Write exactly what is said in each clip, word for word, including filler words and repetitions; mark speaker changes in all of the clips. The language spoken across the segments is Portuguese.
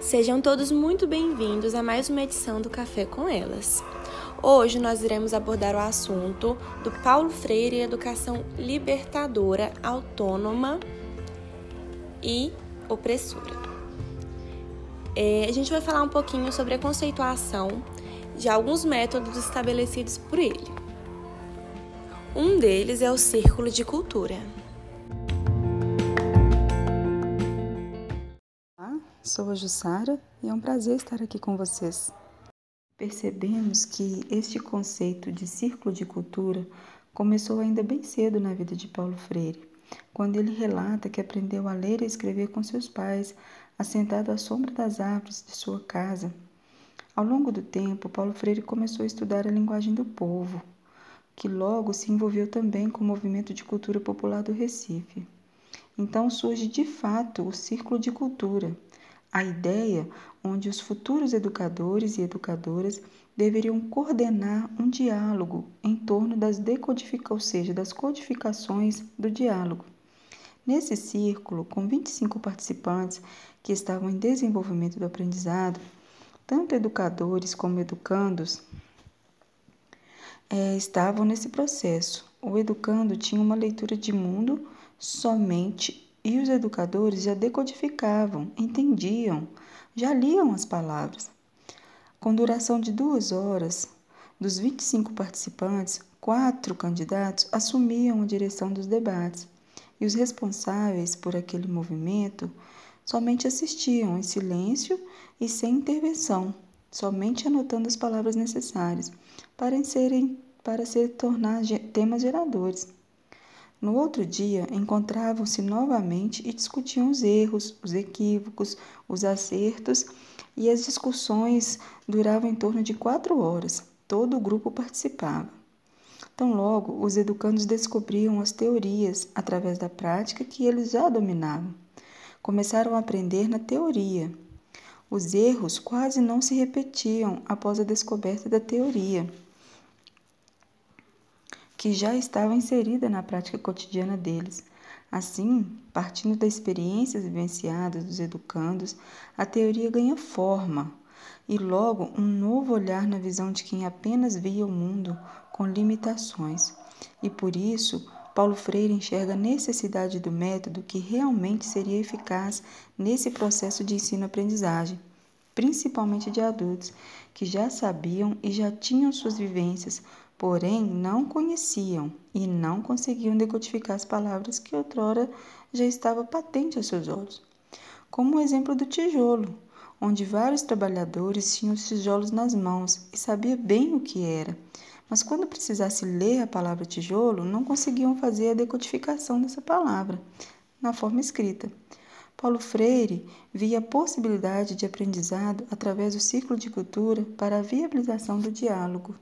Speaker 1: Sejam todos muito bem-vindos a mais uma edição do Café com Elas. Hoje nós iremos abordar o assunto do Paulo Freire e Educação Libertadora, Autônoma e Opressora. É, a gente vai falar um pouquinho sobre a conceituação de alguns métodos estabelecidos por ele. Um deles é o Círculo de Cultura.
Speaker 2: Sou a Jussara e é um prazer estar aqui com vocês. Percebemos que este conceito de círculo de cultura começou ainda bem cedo na vida de Paulo Freire, quando ele relata que aprendeu a ler e escrever com seus pais, assentado à sombra das árvores de sua casa. Ao longo do tempo, Paulo Freire começou a estudar a linguagem do povo, que logo se envolveu também com o movimento de cultura popular do Recife. Então surge de fato o círculo de cultura, a ideia onde os futuros educadores e educadoras deveriam coordenar um diálogo em torno das decodificações, ou seja, das codificações do diálogo. Nesse círculo, com vinte e cinco participantes que estavam em desenvolvimento do aprendizado, tanto educadores como educandos é, estavam nesse processo. O educando tinha uma leitura de mundo somente e os educadores já decodificavam, entendiam, já liam as palavras. Com duração de duas horas, dos vinte e cinco participantes, quatro candidatos assumiam a direção dos debates e os responsáveis por aquele movimento somente assistiam em silêncio e sem intervenção, somente anotando as palavras necessárias para serem, para se tornar temas geradores. No outro dia, encontravam-se novamente e discutiam os erros, os equívocos, os acertos, e as discussões duravam em torno de quatro horas. Todo o grupo participava. Então, logo, os educandos descobriam as teorias através da prática que eles já dominavam. Começaram a aprender na teoria. Os erros quase não se repetiam após a descoberta da teoria, que já estava inserida na prática cotidiana deles. Assim, partindo das experiências vivenciadas dos educandos, a teoria ganha forma e logo um novo olhar na visão de quem apenas via o mundo com limitações. E por isso, Paulo Freire enxerga a necessidade do método que realmente seria eficaz nesse processo de ensino-aprendizagem, principalmente de adultos que já sabiam e já tinham suas vivências, porém não conheciam e não conseguiam decodificar as palavras que outrora já estava patente aos seus olhos. Como o exemplo do tijolo, onde vários trabalhadores tinham os tijolos nas mãos e sabiam bem o que era, mas quando precisasse ler a palavra tijolo, não conseguiam fazer a decodificação dessa palavra na forma escrita. Paulo Freire via a possibilidade de aprendizado através do círculo de cultura para a viabilização do diálogo.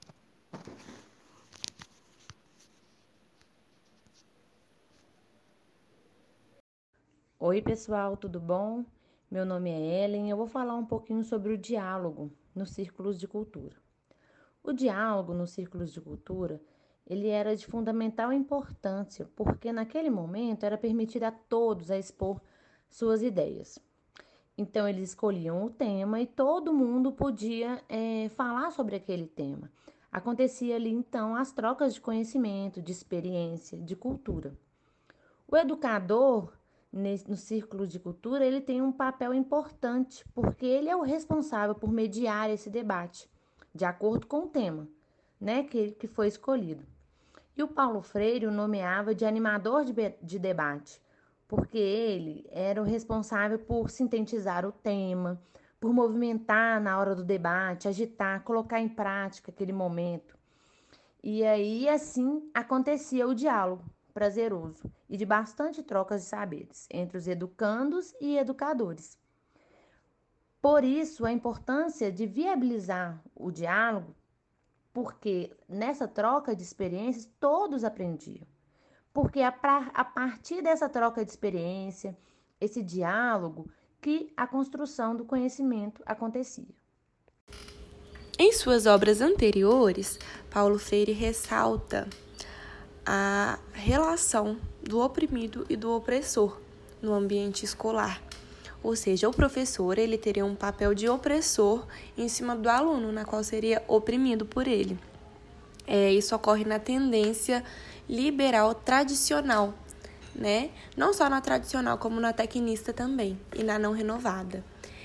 Speaker 3: Oi pessoal, tudo bom? Meu nome é Ellen e eu vou falar um pouquinho sobre o diálogo nos círculos de cultura. O diálogo nos círculos de cultura, ele era de fundamental importância, porque naquele momento era permitido a todos a expor suas ideias. Então eles escolhiam o tema e todo mundo podia é, falar sobre aquele tema. Acontecia ali então as trocas de conhecimento, de experiência, de cultura. O educador no círculo de cultura, ele tem um papel importante, porque ele é o responsável por mediar esse debate, de acordo com o tema, né, que, que foi escolhido. E o Paulo Freire o nomeava de animador de, de debate, porque ele era o responsável por sintetizar o tema, por movimentar na hora do debate, agitar, colocar em prática aquele momento. E aí, assim, acontecia o diálogo prazeroso e de bastante trocas de saberes entre os educandos e educadores. Por isso, a importância de viabilizar o diálogo, porque nessa troca de experiências todos aprendiam. Porque a, pra, a partir dessa troca de experiência, esse diálogo, que a construção do conhecimento acontecia.
Speaker 1: Em suas obras anteriores, Paulo Freire ressalta a relação do oprimido e do opressor no ambiente escolar, Ou seja, o professor ele teria um papel de opressor em cima do aluno, na qual seria oprimido por ele. É, isso ocorre na tendência liberal tradicional, né? Não só na tradicional, como na tecnista também, e na não renovada.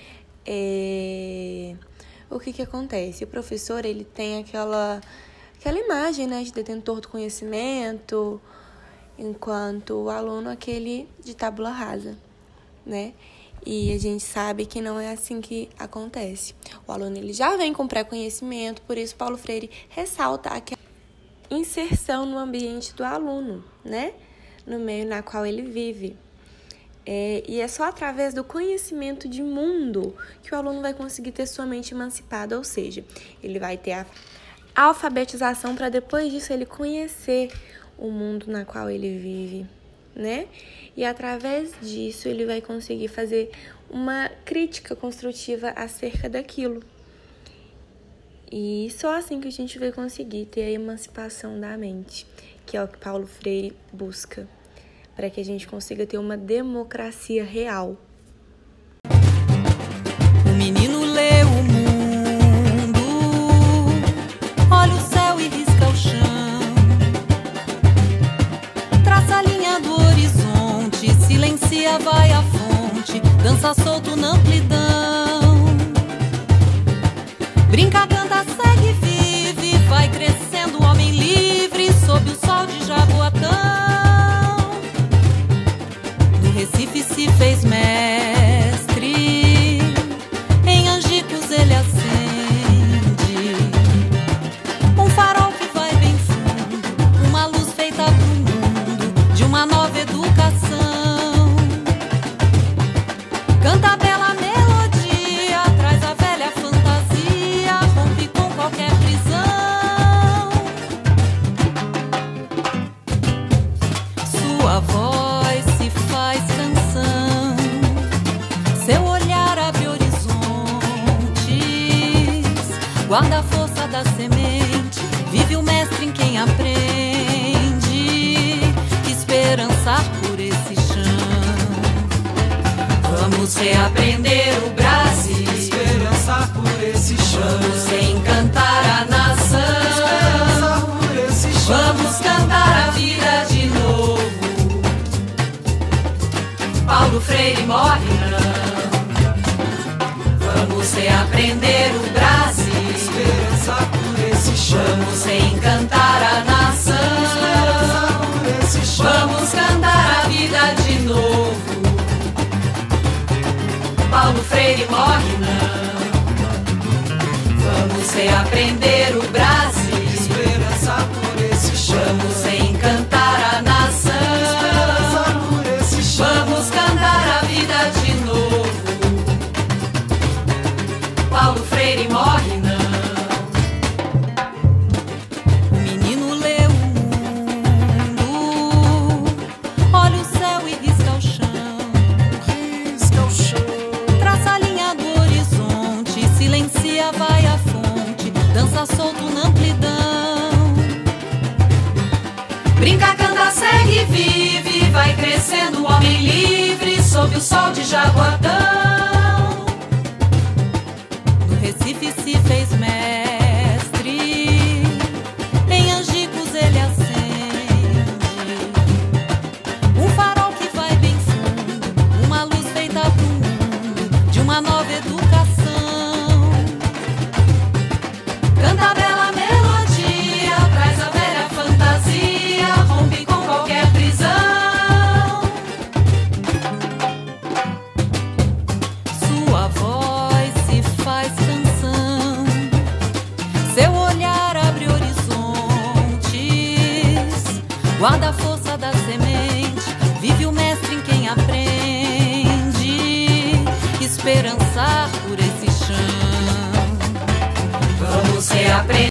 Speaker 1: É... O que que acontece? O professor ele tem aquela, aquela imagem, né, de detentor do conhecimento, enquanto o aluno aquele de tábula rasa, né? E a gente sabe que não é assim que acontece. O aluno ele já vem com pré-conhecimento, por isso Paulo Freire ressalta aquela inserção no ambiente do aluno, né? No meio na qual ele vive. É, e é só através do conhecimento de mundo que o aluno vai conseguir ter sua mente emancipada, ou seja, ele vai ter a alfabetização para depois disso ele conhecer o mundo na qual ele vive, né? E através disso ele vai conseguir fazer uma crítica construtiva acerca daquilo. E só assim que a gente vai conseguir ter a emancipação da mente, que é o que Paulo Freire busca, para que a gente consiga ter uma democracia real.
Speaker 4: O menino lê o mundo, olha o céu e risca o chão, traça a linha do horizonte, silencia, vai à fonte, dança solto na amplidão, brinca, canta, segue, vive, vai crescendo o homem livre sob o sol de Jaboatão. Recife se fez mestre, em Angicos ele acende um farol que vai bem fundo, uma luz feita pro mundo de uma nova educação. Canta a bela melodia, traz a velha fantasia, rompe com qualquer prisão. Sua voz se faz canção, seu olhar abre horizontes, guarda a força da semente, vive o mestre em quem aprende, esperançar por esse chão. Vamos reaprender o Brasil,
Speaker 5: esperançar por esse chão.
Speaker 4: Vamos reencantar a nação,
Speaker 5: esperançar por esse chão.
Speaker 4: Vamos cantar a vida de novo. Paulo Freire morre não. Vamos reaprender o Brasil,
Speaker 5: esperançar por esse chão.
Speaker 4: Vamos reencantar a nação,
Speaker 5: esperançar por esse chão.
Speaker 4: Vamos cantar a vida de novo. Paulo Freire morre não. Vamos reaprender o Brasil,
Speaker 5: esperançar por esse chão.
Speaker 4: Vamos reencantar a nação,
Speaker 5: esperançar por esse chão.
Speaker 4: Vamos cantar a vida de novo. Paulo Freire morre não. O menino lê o mundo, olha o céu e risca o chão,
Speaker 5: Risca o chão.
Speaker 4: traça a linha do horizonte, silencia, vai à fonte, dança solto na amplidão, brinca, canta, segue, vive, vai crescendo o homem livre sob o sol de Jaboatão. No Recife se fez mestre, em Angicos ele acende um farol que vai bem fundo, uma luz feita pro mundo de uma nova educação. Canta a bela melodia, traz a velha fantasia, rompe com qualquer prisão. Sua voz se faz canção, seu olhar abre horizontes, guarda a força da semente, vive o mestre em quem aprende, esperançar por esse chão. Vamos reaprender.